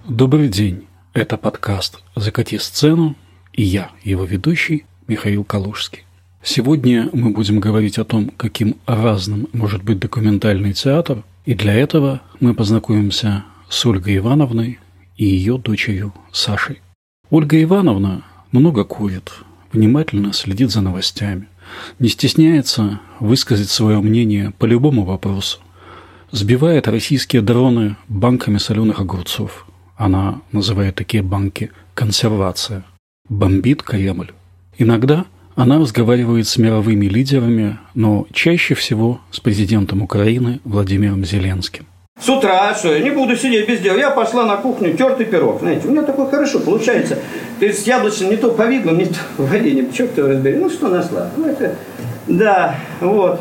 Добрый день, это подкаст «Закати сцену» и я, его ведущий, Михаил Калужский. Сегодня мы будем говорить о том, каким разным может быть документальный театр, и для этого мы познакомимся с Ольгой Ивановной и ее дочерью Сашей. Ольга Ивановна много курит, внимательно следит за новостями, не стесняется высказать свое мнение по любому вопросу, сбивает российские дроны банками соленых огурцов. Она называет такие банки «консервация», бомбит Кремль. Иногда она разговаривает с мировыми лидерами, но чаще всего с президентом Украины Владимиром Зеленским. С утра, что, я не буду сидеть без дела. Я пошла на кухню, тертый пирог. Знаете, у меня такое хорошо получается. Ты с яблочным, не то повидлом, не то вареньем. Черт его разбери. Ну, что нашла? Ну, это... Да, вот.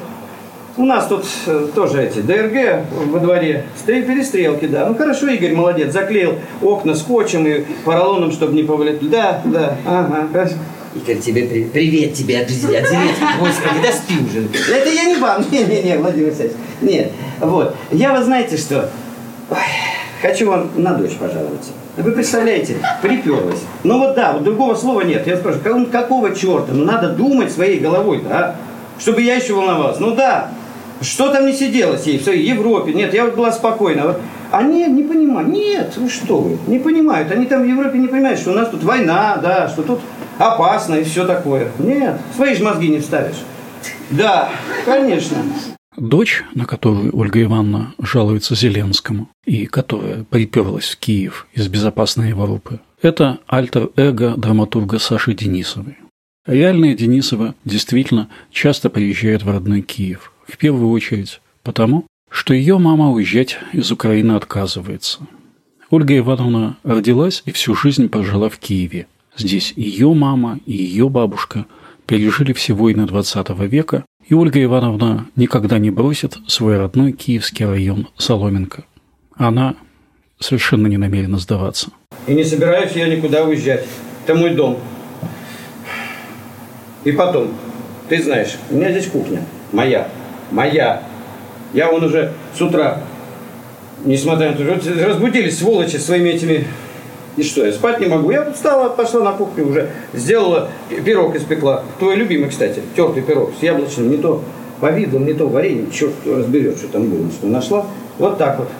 У нас тут тоже эти ДРГ во дворе. Перестрелки, да. Ну, хорошо, Игорь, молодец. Заклеил окна скотчем и поролоном, чтобы не повылетели. Да, ага, хорошо. Игорь, тебе привет тебе от Зеленского. Господи, да спи уже. Это я не вам. Не, Владимир Алексеевич. Нет, вот. Я, вы знаете что? Ой, хочу вам на дочь пожаловаться. Вы представляете, приперлась. Ну вот да, вот другого слова нет. Я спрашиваю, какого черта? Ну надо думать своей головой-то, а? Чтобы я еще волновалась. Ну да. Что там не сиделось ей в своей Европе? Нет, я вот была спокойна. Вот. Они не понимают. Нет, вы что вы, не понимают. Они там в Европе не понимают, что у нас тут война, да, что тут опасно и все такое. Нет, свои же мозги не вставишь. Да, конечно. Дочь, на которую Ольга Ивановна жалуется Зеленскому и которая приперлась в Киев из безопасной Европы, это альтер-эго драматурга Саши Денисовой. Реальная Денисова действительно часто приезжает в родной Киев. В первую очередь потому, что ее мама уезжать из Украины отказывается. Ольга Ивановна родилась и всю жизнь прожила в Киеве. Здесь ее мама и ее бабушка пережили все войны XX века, и Ольга Ивановна никогда не бросит свой родной киевский район Соломенка. Она совершенно не намерена сдаваться. И не собираюсь я никуда уезжать. Это мой дом. И потом, ты знаешь, у меня здесь кухня. Моя. Я вон уже с утра, несмотря на то, что разбудились сволочи своими этими... И что, я спать не могу. Я тут встала, пошла на кухню уже, сделала, пирог испекла. Твой любимый, кстати, тертый пирог с яблочным, не то повидлом, не то вареньем. Черт разберет, что там было, что нашла. Вот так вот.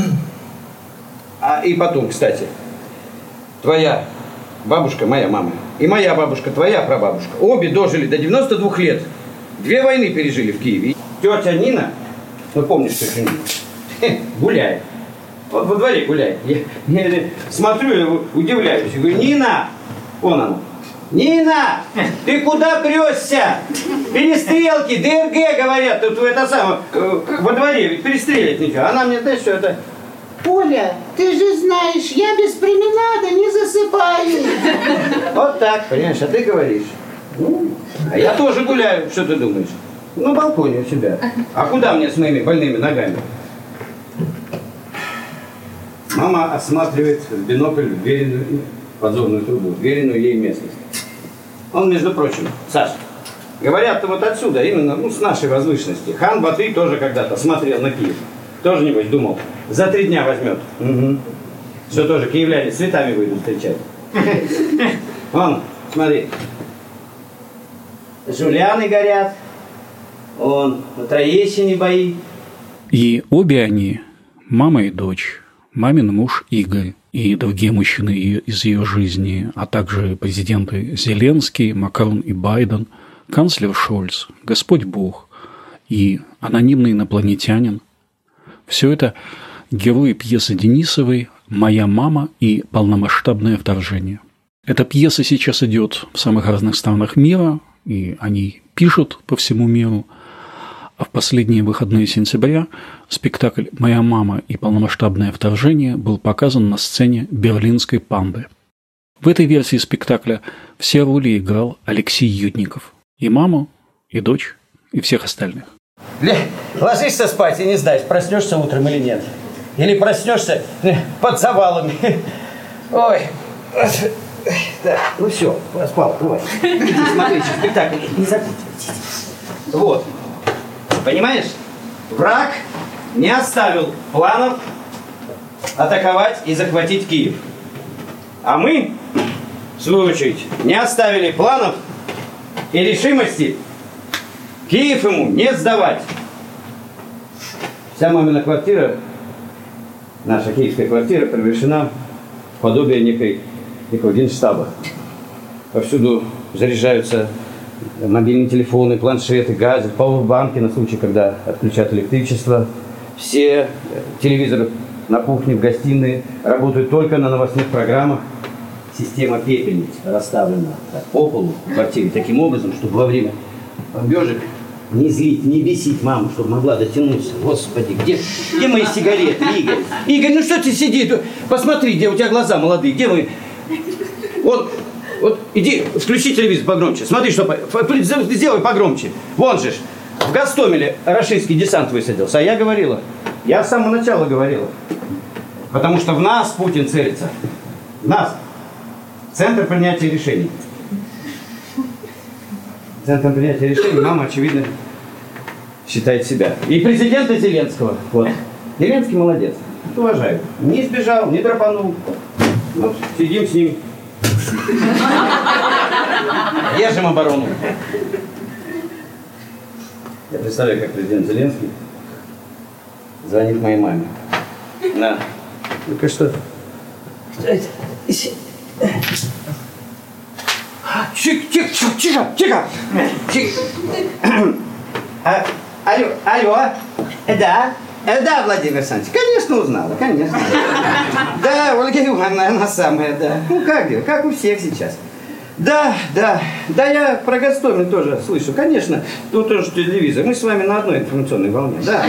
И потом, кстати, твоя бабушка, моя мама, и моя бабушка, твоя прабабушка, обе дожили до 92 лет. 2 войны пережили в Киеве. Тетя Нина, ну помнишь тетю Нину, гуляет. Вот во дворе гуляет. Я смотрю и удивляюсь. Я говорю, Нина! Вон она. Нина! Ты куда прешься? Перестрелки, ДРГ, говорят. Тут это самое, во дворе ведь перестрелять ничего. Она мне, знаешь, что это... Оля, ты же знаешь, я без променада не засыпаю. Вот так, понимаешь, а ты говоришь. Ну, а я тоже гуляю, что ты думаешь? На балконе у себя. А куда мне с моими больными ногами? Мама осматривает в бинокль вверенную подзорную трубу, вверенную ей местность. Он, между прочим, Саш, говорят-то вот отсюда, именно, ну, с нашей возвышенности. Хан Батый тоже когда-то смотрел на Киев. Тоже, небось, думал, за 3 дня возьмет. Угу. Что тоже, киевляне с цветами выйдут встречать. Вон, смотри. Жуляны горят. Вон, на Троещине бои. И обе они, мама и дочь, мамин муж Игорь и другие мужчины из ее жизни, а также президенты Зеленский, Макрон и Байден, канцлер Шольц, Господь Бог и анонимный инопланетянин. Все это герои пьесы Денисовой «Моя мама» и «Полномасштабное вторжение». Эта пьеса сейчас идет в самых разных странах мира, и они пишут по всему миру. А в последние выходные сентября спектакль «Моя мама» и «Полномасштабное вторжение» был показан на сцене Берлинской Панды. В этой версии спектакля все роли играл Алексей Ютников. И маму, и дочь, и всех остальных. Ложишься спать и не знаешь, проснешься утром или нет. Или проснешься под завалами. Ой. Так, ну все, спал, давай. Иди, смотри, спектакль. Не забудь. Вот. Понимаешь? Враг не оставил планов атаковать и захватить Киев. А мы, в свою очередь, не оставили планов и решимости Киев ему не сдавать. Вся мамина квартира, наша киевская квартира, превращена в подобие некого генштаба. Повсюду заряжаются мобильные телефоны, планшеты, газы, пауэрбанки на случай, когда отключат электричество. Все телевизоры на кухне, в гостиной работают только на новостных программах. Система пепельниц расставлена по полу в квартире таким образом, чтобы во время бомбежек не злить, не бесить маму, чтобы могла дотянуться. Господи, где мои сигареты, Игорь? Игорь, ну что ты сидишь? Посмотри, где у тебя глаза молодые, где мы? Вот иди, включи телевизор погромче. Смотри, что сделай погромче. Вон же ж, в Гостомеле рашистский десант высадился. А я говорила, я с самого начала говорила. Потому что в нас Путин целится. В нас. Центр принятия решений. Центром принятия решений мама, очевидно, считает себя. И президента Зеленского. Вот. Зеленский молодец. Уважаю. Не сбежал, не драпанул. Вот, сидим с ним. Держим оборону. Я представляю, как президент Зеленский звонит моей маме. На. Ну-ка что? Что это? Тихо. Алло. Да, Владимир Александрович, конечно, узнала, конечно. Да, Ольга Ивановна, она самая, да. Ну, как у всех сейчас. Да, я про Гостомель тоже слышу, конечно. Тут тоже телевизор. Мы с вами на одной информационной волне, да.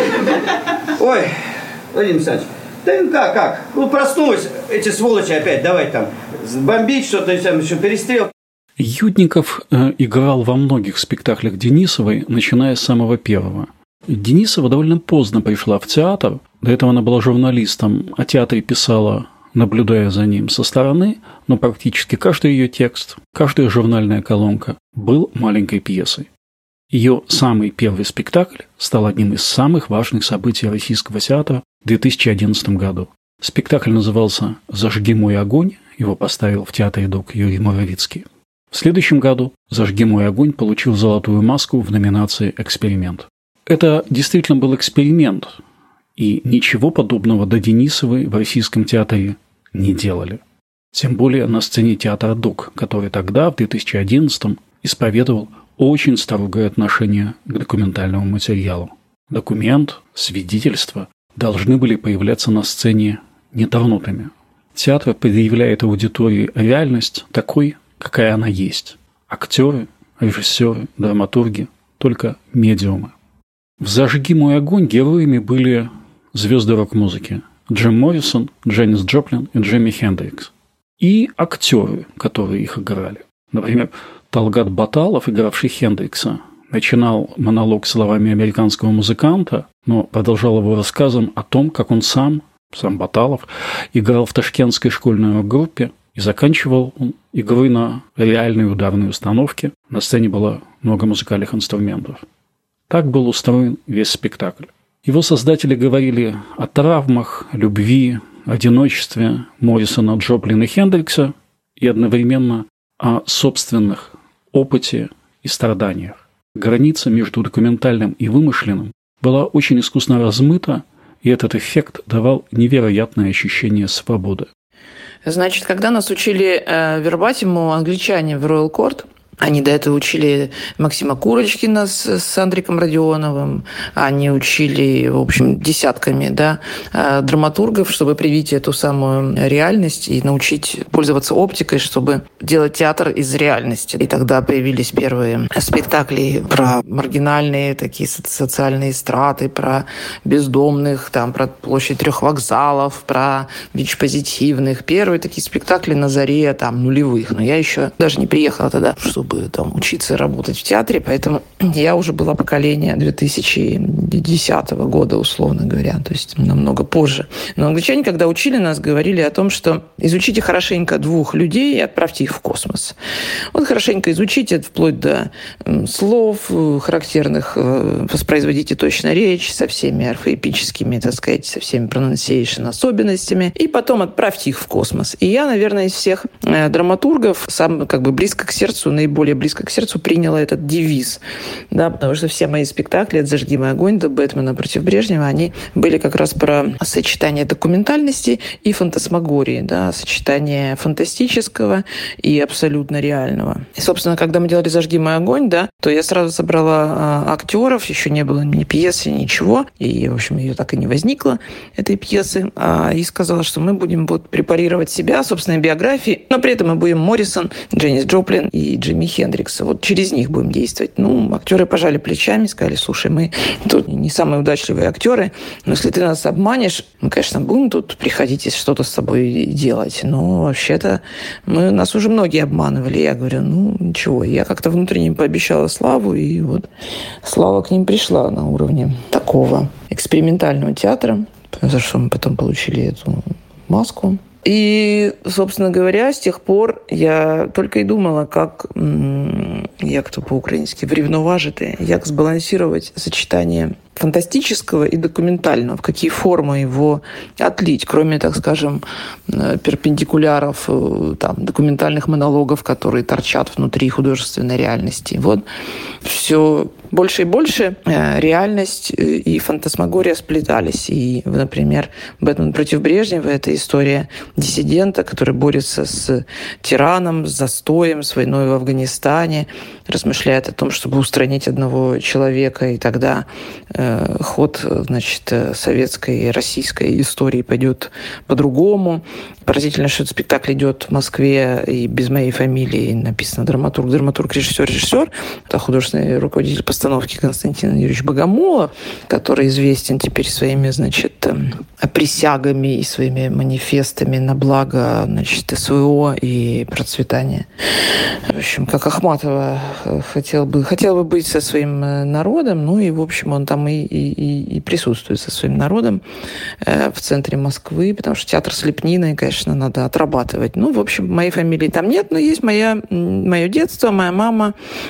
Ой, Владимир Александрович, да ну как? Ну, проснулись эти сволочи опять, давай там бомбить что-то, там еще перестрел. Ютников играл во многих спектаклях Денисовой, начиная с самого первого. Денисова довольно поздно пришла в театр, до этого она была журналистом, о театре писала, наблюдая за ним со стороны, но практически каждый ее текст, каждая журнальная колонка был маленькой пьесой. Ее самый первый спектакль стал одним из самых важных событий российского театра в 2011 году. Спектакль назывался «Зажги мой огонь», его поставил в театре ДОК Юрий Моровицкий. В следующем году «Зажги мой огонь» получил золотую маску в номинации «Эксперимент». Это действительно был эксперимент, и ничего подобного до Денисовой в российском театре не делали. Тем более на сцене театра ДОК, который тогда, в 2011-м, исповедовал очень строгое отношение к документальному материалу. Документ, свидетельства должны были появляться на сцене нетронутыми. Театр предъявляет аудитории реальность такой, какая она есть. Актеры, режиссеры, драматурги, только медиумы. В «Зажги мой огонь» героями были звезды рок-музыки Джим Моррисон, Дженнис Джоплин и Джимми Хендрикс. И актеры, которые их играли. Например, Талгат Баталов, игравший Хендрикса, начинал монолог словами американского музыканта, но продолжал его рассказом о том, как он сам Баталов, играл в ташкентской школьной группе и заканчивал он игрой на реальной ударной установке. На сцене было много музыкальных инструментов. Так был устроен весь спектакль. Его создатели говорили о травмах, любви, одиночестве Моррисона, Джоплина и Хендрикса и одновременно о собственных опыте и страданиях. Граница между документальным и вымышленным была очень искусно размыта, и этот эффект давал невероятное ощущение свободы. Значит, когда нас учили вербатиму англичане в Royal Court, они до этого учили Максима Курочкина с Андриком Родионовым, они учили, в общем, десятками драматургов, чтобы привить эту самую реальность и научить пользоваться оптикой, чтобы делать театр из реальности. И тогда появились первые спектакли про маргинальные такие социальные страты, про бездомных, про площадь 3 вокзалов, про ВИЧ-позитивных. Первые такие спектакли на заре нулевых. Но я еще даже не приехала тогда, чтобы чтобы там учиться и работать в театре, поэтому я уже была поколение 2010 года, условно говоря, то есть намного позже. Но англичане, когда учили нас, говорили о том, что изучите хорошенько 2 людей и отправьте их в космос. Вот хорошенько изучите вплоть до слов характерных, воспроизводите точно речь со всеми орфоэпическими, так сказать, со всеми pronunciation особенностями, и потом отправьте их в космос. И я, наверное, из всех драматургов сам как бы близко к сердцу, наиболее близко к сердцу приняла этот девиз. Да, потому что все мои спектакли от «Зажги мой огонь» до «Бэтмена против Брежнева», они были как раз про сочетание документальности и фантасмагории, да, сочетание фантастического и абсолютно реального. И, собственно, когда мы делали «Зажги мой огонь», да, то я сразу собрала актеров, еще не было ни пьесы, ничего, и, в общем, ее так и не возникло, этой пьесы, и сказала, что мы будем вот препарировать себя, собственной биографии, но при этом мы будем Моррисон, Дженнис Джоплин и Джимми Хендрикс. Вот через них будем действовать. Ну, актеры пожали плечами, сказали, слушай, мы тут не самые удачливые актеры, но если ты нас обманешь, мы, конечно, будем тут приходить и что-то с собой делать. Но вообще-то нас уже многие обманывали. Я говорю, ну, ничего. Я как-то внутренне пообещала Славу, и вот Слава к ним пришла на уровне такого экспериментального театра, за что мы потом получили эту маску. И, собственно говоря, с тех пор я только и думала, як то по-украински, врівноважити, як збалансировать сочетание фантастического и документального, в какие формы его отлить, кроме, так скажем, перпендикуляров, там, документальных монологов, которые торчат внутри художественной реальности. Вот все больше и больше реальность и фантасмагория сплетались. И, например, «Бэтмен против Брежнева» — это история диссидента, который борется с тираном, с застоем, с войной в Афганистане, размышляет о том, чтобы устранить одного человека, и тогда ход, значит, советской и российской истории пойдет по-другому. Поразительно, что этот спектакль идет в Москве, и без моей фамилии написано драматург, режиссер. Это художественный руководитель постановки Константин Юрьевич Богомолов, который известен теперь своими, значит, присягами и своими манифестами на благо, значит, СВО и процветания. В общем, как Ахматова хотел бы быть со своим народом, ну и, в общем, он там и присутствует со своим народом в центре Москвы, потому что театр Слепнина, конечно, надо отрабатывать. Ну, в общем, моей фамилии там нет, но есть мое детство, моя мама,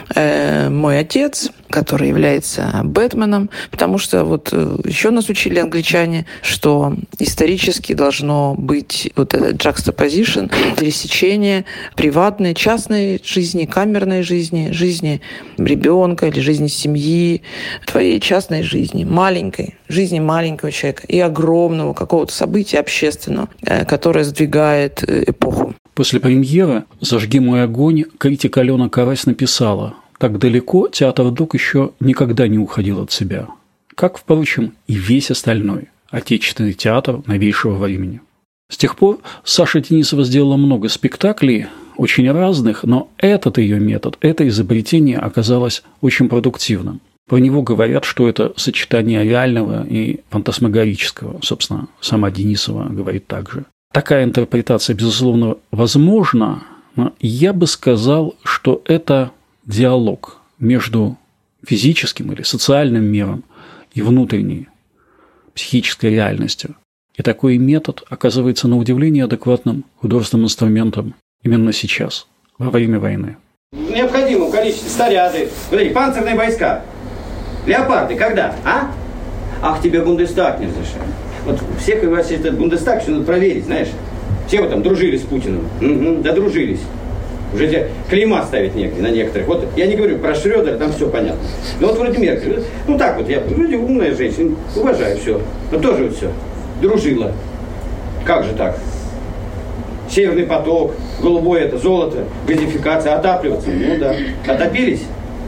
мой отец, который является Бэтменом, потому что вот еще нас учили англичане, что исторически должно быть вот этот juxtaposition, пересечение приватной, частной жизни, камерной жизни, жизни ребенка или жизни семьи, твоей частной жизни, маленькой, жизни маленького человека и огромного какого-то события общественного, которое сдвигает эпоху. После премьеры «Зажги мой огонь» критик Алена Карась написала: «Так далеко театр ДОК еще никогда не уходил от себя, как, впрочем, и весь остальной отечественный театр новейшего времени». С тех пор Саша Денисова сделала много спектаклей, очень разных, но этот ее метод, это изобретение оказалось очень продуктивным. Про него говорят, что это сочетание реального и фантасмагорического. Собственно, сама Денисова говорит так же. Такая интерпретация, безусловно, возможна, но я бы сказал, что это диалог между физическим или социальным миром и внутренней психической реальностью. И такой метод оказывается на удивление адекватным художественным инструментом именно сейчас, во время войны. В необходимом количестве снаряды, панцирные войска, леопарды, когда, а? Ах, тебе Бундестаг не разрешает. Вот всех и вас этот Бундестаг все надо проверить, знаешь. Все вы там дружили с Путиным, додружились. Уже тебе клейма ставить некоторые, на некоторых. Вот я не говорю про Шрёдера, там все понятно. Но вот вроде Меркель, ну так вот, я вроде умная женщина, уважаю все. Но тоже вот все, дружила. Как же так? Северный поток, голубое это золото, газификация, отапливаться. Ну да, отопились.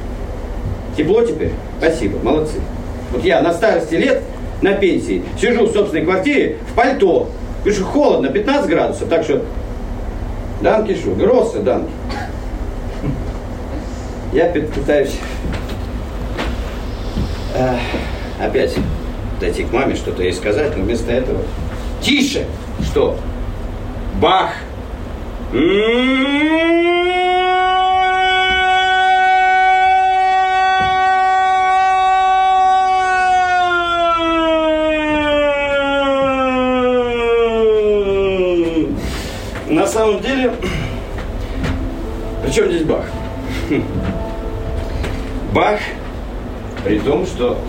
Тепло теперь? Спасибо, молодцы. Вот я на старости лет, на пенсии, сижу в собственной квартире в пальто. Потому что холодно, 15 градусов, так что... Данки шо, гроссы, данки. Я пытаюсь опять дойти к маме, что-то ей сказать, но вместо этого... Тише! Что? Бах! на самом деле, при чем здесь Бах? Бах, при том, что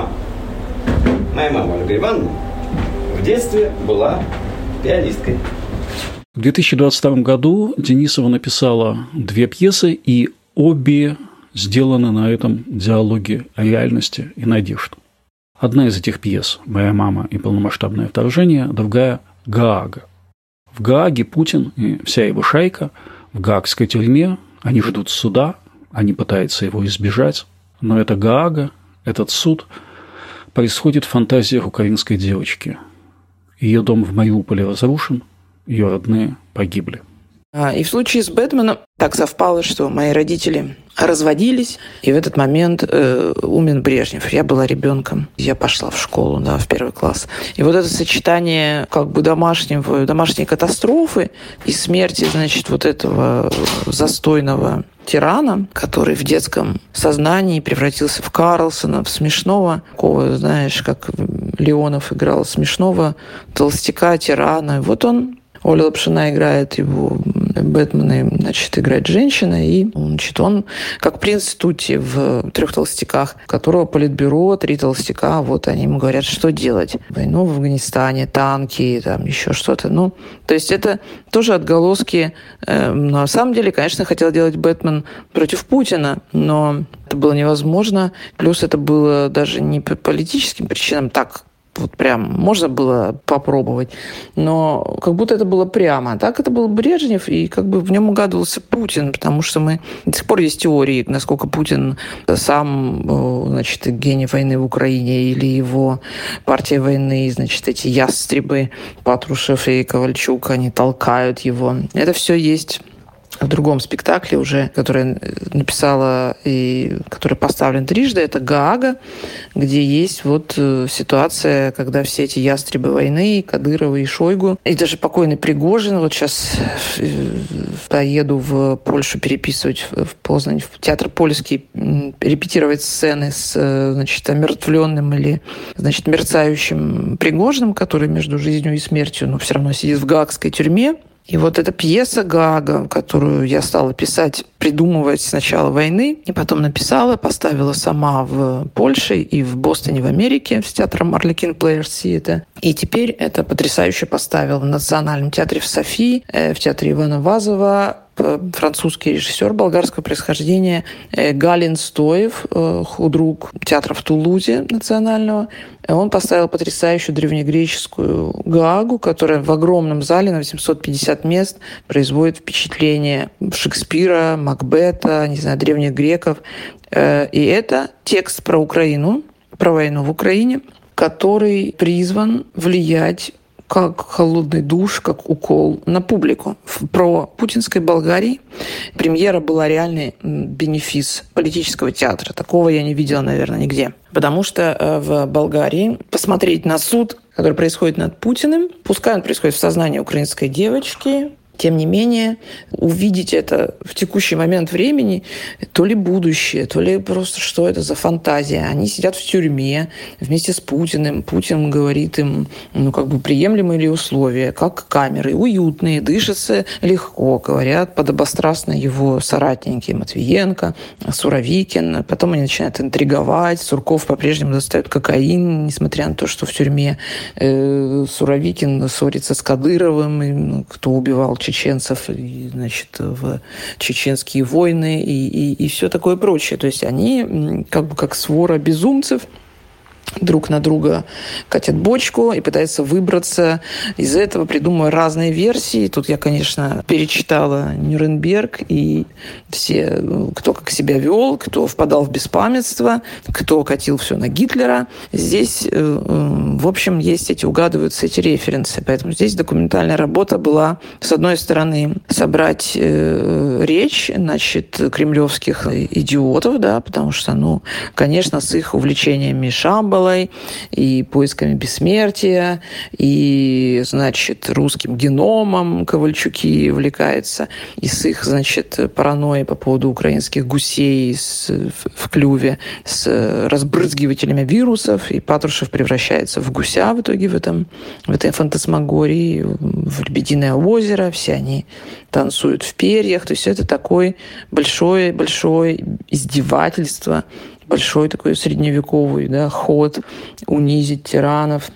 моя мама Ольга Ивановна, в детстве была пианисткой. В 2022 году Денисова написала 2 пьесы, и обе сделаны на этом диалоге о реальности и надежде. Одна из этих пьес «Моя мама и полномасштабное вторжение», другая «Гаага». В Гааге Путин и вся его шайка в гаагской тюрьме, они ждут суда, они пытаются его избежать, но эта Гаага, этот суд происходит в фантазиях украинской девочки. Ее дом в Мариуполе разрушен, ее родные погибли. И в случае с Бэтменом так совпало, что мои родители разводились, и в этот момент умер Брежнев. Я была ребенком, я пошла в школу, да, в 1 класс. И вот это сочетание как бы домашней катастрофы и смерти, значит, вот этого застойного тирана, который в детском сознании превратился в Карлсона, в смешного, такого, знаешь, как Леонов играл смешного толстяка, тирана. Вот он, Оля Лапшина играет его Бэтмена, значит, играет женщина, и значит, он как принц Тутти в «Трех толстяках», которого политбюро, 3 толстяка, вот они ему говорят, что делать. Войну в Афганистане, танки, там еще что-то. Ну, то есть это тоже отголоски. На самом деле, конечно, хотел делать Бэтмен против Путина, но это было невозможно. Плюс это было даже не по политическим причинам, так вот прям можно было попробовать, но как будто это было прямо. Так это был Брежнев, и как бы в нем угадывался Путин, потому что до сих пор есть теории, насколько Путин сам, значит, гений войны в Украине, или его партия войны, значит, эти ястребы Патрушев и Ковальчук, они толкают его. Это все есть в другом спектакле уже, который написала и который поставлен трижды, это «Гаага», где есть вот ситуация, когда все эти ястребы войны, Кадырова и Шойгу, и даже покойный Пригожин, вот сейчас поеду в Польшу переписывать, в Познань, в театр польский, репетировать сцены с, значит, омертвленным или, значит, мерцающим Пригожиным, который между жизнью и смертью, но все равно сидит в гаагской тюрьме. И вот эта пьеса «Гаага», которую я стала писать, придумывать с начала войны, и потом написала, поставила сама в Польше и в Бостоне в Америке с театром Arlequin Players Theatre. И теперь это потрясающе поставила в Национальном театре в Софии, в театре Ивана Вазова, французский режиссер болгарского происхождения Галин Стоев, худрук театра в Тулузе национального. Он поставил потрясающую древнегреческую Гаагу, которая в огромном зале на 850 мест производит впечатление Шекспира, Макбета, не знаю, древних греков. И это текст про Украину, про войну в Украине, который призван влиять как холодный душ, как укол на публику. Про путинской Болгарии премьера была реальный бенефис политического театра. Такого я не видела, наверное, нигде. Потому что в Болгарии посмотреть на суд, который происходит над Путиным, пускай он происходит в сознании украинской девочки, тем не менее, увидеть это в текущий момент времени, то ли будущее, то ли просто что это за фантазия. Они сидят в тюрьме вместе с Путиным. Путин говорит им, как бы приемлемые ли условия, как камеры, уютные, дышится легко, говорят подобострастно его соратники Матвиенко, Суровикин. Потом они начинают интриговать. Сурков по-прежнему достает кокаин, несмотря на то, что в тюрьме Суровикин ссорится с Кадыровым, кто убивал чеченцев, значит, в чеченские войны и все такое прочее. То есть они как бы как свора безумцев друг на друга катят бочку и пытаются выбраться из этого, придумывая разные версии. Тут я, конечно, перечитала Нюрнберг, и все, кто как себя вел, кто впадал в беспамятство, кто катил все на Гитлера. Здесь, в общем, угадываются эти референсы. Поэтому здесь документальная работа была, с одной стороны, собрать речь, значит, кремлевских идиотов, да, потому что, конечно, с их увлечениями Шамбала, Шамбалой, и поисками бессмертия, и, значит, русским геномом Ковальчуки увлекаются, и с их, значит, паранойей по поводу украинских гусей в клюве, с разбрызгивателями вирусов, и Патрушев превращается в гуся в итоге в этой фантасмагории, в Лебединое озеро, все они танцуют в перьях, то есть это такое большое издевательство, большой такой средневековый, да, ход унизить тиранов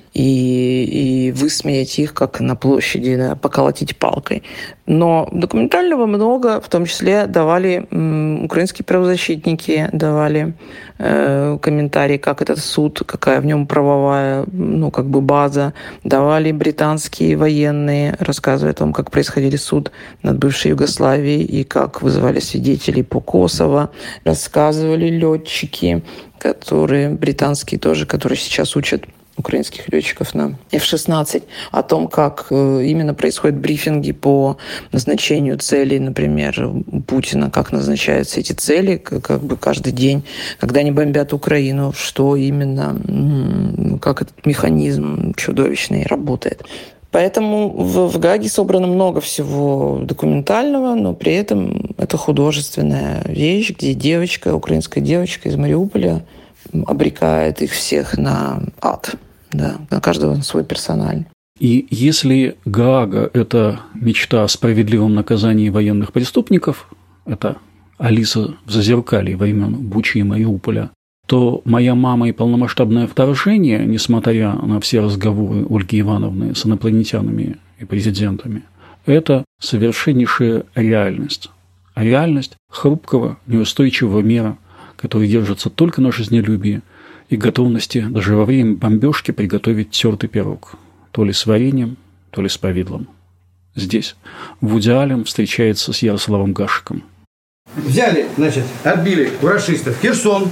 и высмеять их, как на площади, да, поколотить палкой. Но документального много, в том числе давали украинские правозащитники, давали комментарии, как этот суд, какая в нем правовая, база. Давали британские военные, рассказывая о том, как происходил суд над бывшей Югославией и как вызывали свидетелей по Косово. Рассказывали летчики, британские тоже, которые сейчас учат украинских летчиков на F-16, о том, как именно происходят брифинги по назначению целей, например, у Путина, как назначаются эти цели, как бы каждый день, когда они бомбят Украину, что именно, как этот механизм чудовищный работает. Поэтому в Гааге собрано много всего документального, но при этом это художественная вещь, где украинская девочка из Мариуполя обрекает их всех на ад. Да, на каждого свой персональный. И если Гаага – это мечта о справедливом наказании военных преступников, это Алиса в Зазеркалье времен Бучи и Мариуполя, то «Моя мама» и полномасштабное вторжение, несмотря на все разговоры Ольги Ивановны с инопланетянами и президентами, это совершеннейшая реальность. А реальность хрупкого, неустойчивого мира, который держится только на жизнелюбии и готовности даже во время бомбежки приготовить тертый пирог, то ли с вареньем, то ли с повидлом. Здесь Вуди Аллен встречается с Ярославом Гашиком. Взяли, значит, отбили у рашистов Херсон,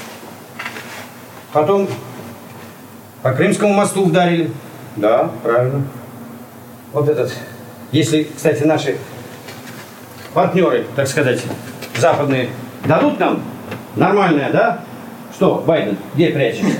потом по Крымскому мосту ударили. Да, правильно. Вот этот, если, кстати, наши партнеры, так сказать, западные, дадут нам нормальное, да? Что, Байден, где прячешься?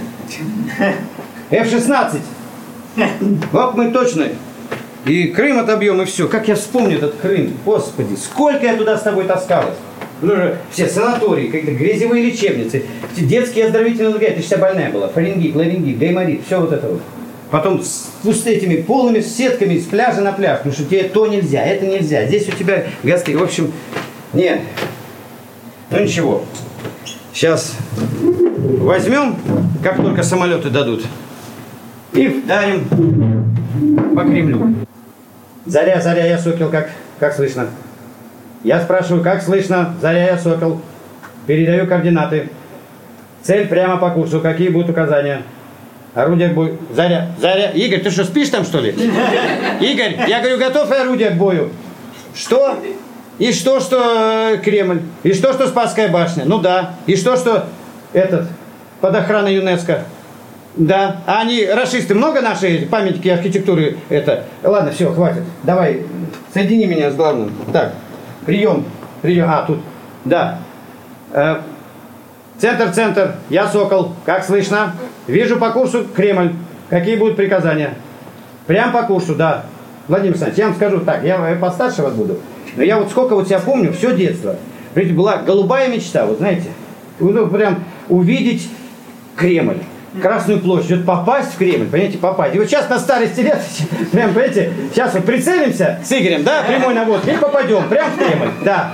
F-16. Вот мы точно. И Крым отобьем, и все. Как я вспомню этот Крым. Господи, сколько я туда с тобой таскалась. Все санатории, какие-то грязевые лечебницы, детские оздоровительные лагеря. Ты вся больная была. Фарингит, ларингит, гайморит, все вот это вот. Потом с этими полными сетками с пляжа на пляж. Потому что тебе то нельзя, это нельзя. Здесь у тебя гастрит. В общем, нет. Ну ничего. Сейчас возьмем, как только самолеты дадут, и вдарим по Кремлю. Заря, я сокол, как слышно? Я спрашиваю, как слышно? Заря, я сокол. Передаю координаты. Цель прямо по курсу. Какие будут указания? Орудие к бою. Заря. Игорь, ты что, спишь там, что ли? Игорь, я говорю, готов и орудие к бою. Что? И что Кремль? И что Спасская башня? Ну да. И что под охраной ЮНЕСКО? Да. А они, рашисты, много нашей памятники архитектуры это? Ладно, все, хватит. Давай, соедини меня с главным. Так, прием. А, тут. Да. Центр. Я Сокол. Как слышно? Вижу по курсу Кремль. Какие будут приказания? Прям по курсу, да. Владимир Александрович, я вам скажу так, я постарше вас буду. Но я вот сколько себя помню, все детство. Была голубая мечта, вот знаете, прям увидеть Кремль, Красную площадь, вот попасть в Кремль, понимаете, попасть. И вот сейчас на старости лет, прям, понимаете, сейчас вот прицелимся с Игорем, да, прямой наводкой, и попадем прям в Кремль, да.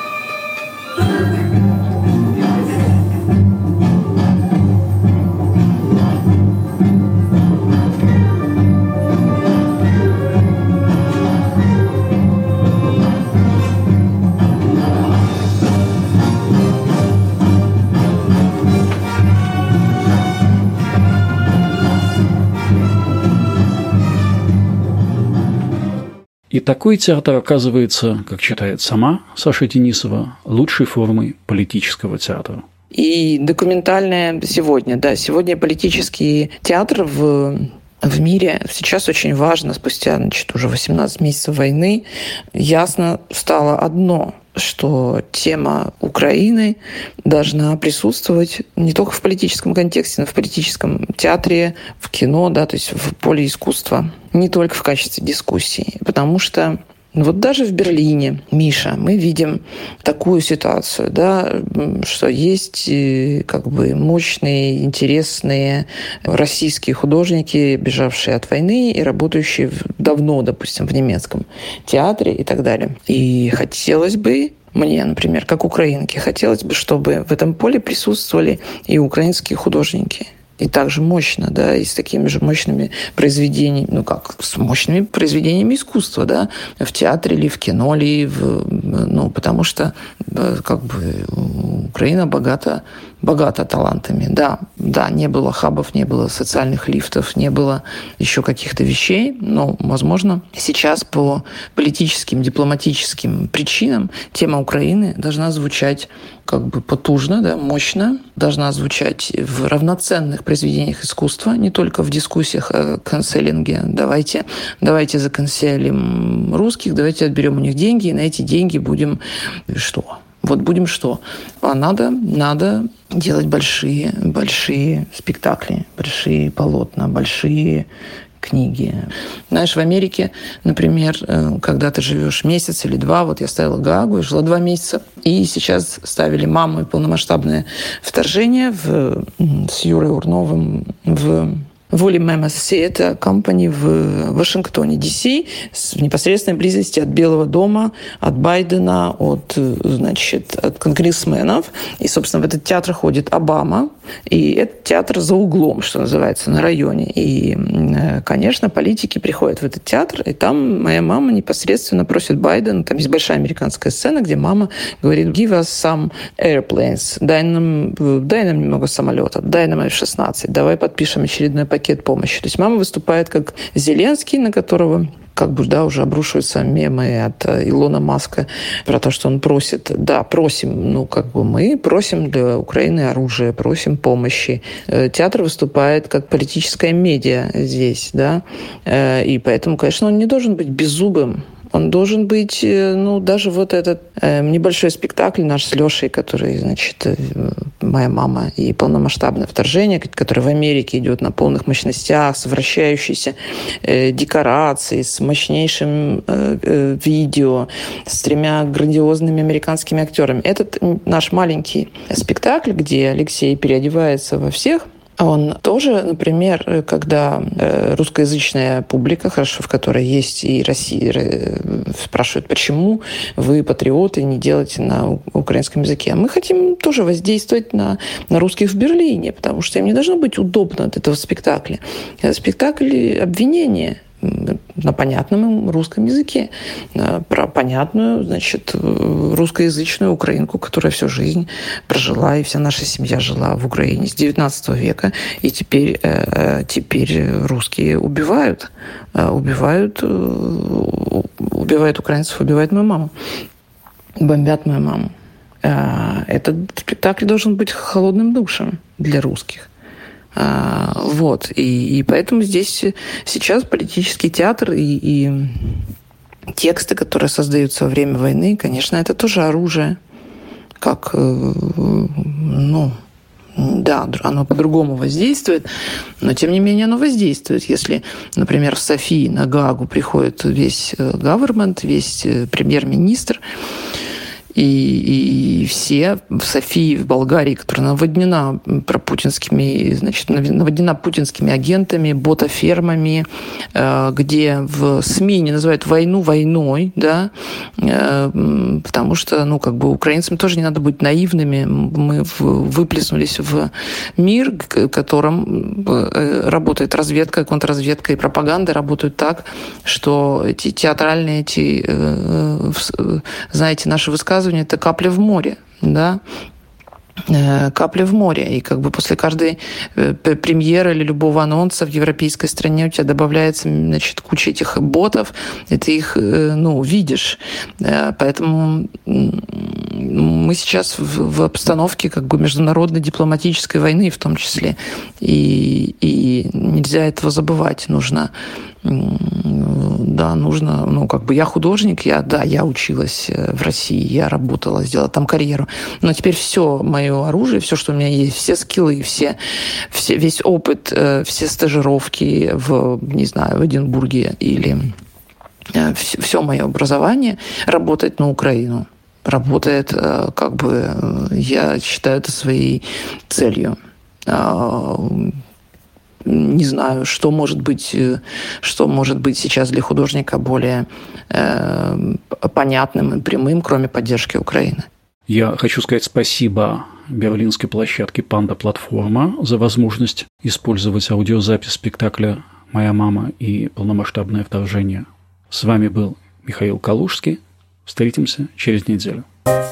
И такой театр оказывается, как считает сама Саша Денисова, лучшей формой политического театра. И документальное сегодня политический театр в мире сейчас очень важно, спустя уже 18 месяцев войны, ясно стало одно, что тема Украины должна присутствовать не только в политическом контексте, но и в политическом театре, в кино, да, то есть в поле искусства, не только в качестве дискуссии. Потому что вот даже в Берлине, Миша, мы видим такую ситуацию, да, что есть как бы мощные, интересные российские художники, бежавшие от войны и работающие давно, допустим, в немецком театре и так далее. И хотелось бы, мне, например, как украинке, хотелось бы, чтобы в этом поле присутствовали и украинские художники. И также мощно, да, и с такими же мощными произведениями, ну как, с мощными произведениями искусства, да, в театре или в кино, или потому что как бы Украина богата талантами. Да, не было хабов, не было социальных лифтов, не было еще каких-то вещей, но, возможно, сейчас по политическим, дипломатическим причинам тема Украины должна звучать как бы потужно, да, мощно, должна звучать в равноценных произведениях искусства, не только в дискуссиях о канцелинге. Давайте заканцелим русских, давайте отберем у них деньги, и на эти деньги будем что? Вот будем что? А надо делать большие спектакли, большие полотна, большие книги. Знаешь, в Америке, например, когда ты живешь месяц или два, вот я ставила Гаагу и жила 2 месяца, и сейчас ставили «Маму» и «Полномасштабное вторжение» с Юрой Урновым в Woolly Mammoth Theatre Company в Вашингтоне, Д.С., в непосредственной близости от Белого дома, от Байдена, от конгрессменов. И, собственно, в этот театр ходит Обама. И этот театр за углом, что называется, на районе. И, конечно, политики приходят в этот театр, и там моя мама непосредственно просит Байдена, там есть большая американская сцена, где мама говорит: «Give us some airplanes», дай нам немного самолетов, дай нам F-16, давай подпишем очередной пакет помощи. То есть мама выступает как Зеленский, на которого как бы, да, уже обрушиваются мемы от Илона Маска про то, что он просит. Да, просим, мы просим для Украины оружие, просим помощи. Театр выступает как политическая медиа здесь, да, и поэтому, конечно, он не должен быть беззубым. Он должен быть, даже вот этот небольшой спектакль наш с Лешей, который, «Моя мама» и «Полномасштабное вторжение», который в Америке идет на полных мощностях, с вращающейся декорацией, с мощнейшим видео, с 3 грандиозными американскими актерами. Этот наш маленький спектакль, где Алексей переодевается во всех, он тоже, например, когда русскоязычная публика, хорошо, в которой есть и Россия, спрашивают, почему вы, патриоты, не делаете на украинском языке. Мы хотим тоже воздействовать на русских в Берлине, потому что им не должно быть удобно от этого спектакля. Это спектакль обвинения на понятном русском языке, про понятную, русскоязычную украинку, которая всю жизнь прожила, и вся наша семья жила в Украине с 19 века, и теперь русские убивают украинцев, убивают мою маму, бомбят мою маму. Этот спектакль должен быть холодным душем для русских. И поэтому здесь сейчас политический театр и тексты, которые создаются во время войны, конечно, это тоже оружие, оно по-другому воздействует, но, тем не менее, оно воздействует. Если, например, в Софии на Гаагу приходит весь government, весь премьер-министр, и все в Софии, в Болгарии, которая наводнена путинскими агентами, ботафермами, где в СМИ не называют войну войной, да, потому что, украинцам тоже не надо быть наивными. Мы выплеснулись в мир, в котором работает разведка, контрразведка и пропаганда работают так, что эти театральные, наши высказывания, это капля в море, да, капля в море. И после каждой премьеры или любого анонса в европейской стране у тебя добавляется, куча этих ботов, и ты их, видишь. Поэтому мы сейчас в обстановке международной дипломатической войны в том числе. И нельзя этого забывать. Нужно Да, нужно, я художник, я училась в России, я работала, сделала там карьеру, но теперь все мое оружие, все, что у меня есть, все скиллы, весь опыт, все стажировки в Эдинбурге или все мое образование работает на Украину. Работает, я считаю это своей целью. Не знаю, что может быть сейчас для художника более понятным и прямым, кроме поддержки Украины. Я хочу сказать спасибо берлинской площадке «Панда Платформа» за возможность использовать аудиозапись спектакля «Моя мама» и «Полномасштабное вторжение». С вами был Михаил Калужский. Встретимся через неделю.